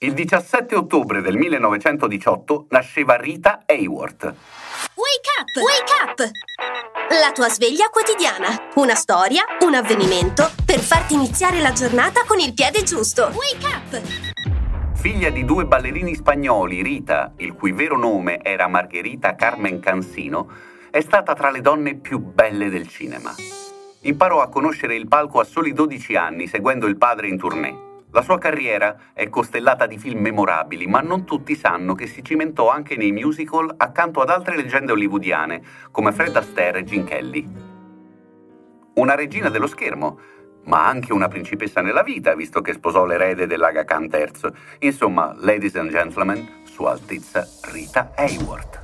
Il 17 ottobre del 1918 nasceva Rita Hayworth. Wake up! Wake up! La tua sveglia quotidiana. Una storia, un avvenimento per farti iniziare la giornata con il piede giusto. Wake up! Figlia di 2 ballerini spagnoli, Rita, il cui vero nome era Margherita Carmen Cansino, è stata tra le donne più belle del cinema. Imparò a conoscere il palco a soli 12 anni, seguendo il padre in tournée. La sua carriera è costellata di film memorabili, ma non tutti sanno che si cimentò anche nei musical accanto ad altre leggende hollywoodiane, come Fred Astaire e Gene Kelly. Una regina dello schermo, ma anche una principessa nella vita, visto che sposò l'erede dell'Aga Khan III. Insomma, ladies and gentlemen, Sua Altezza Rita Hayworth.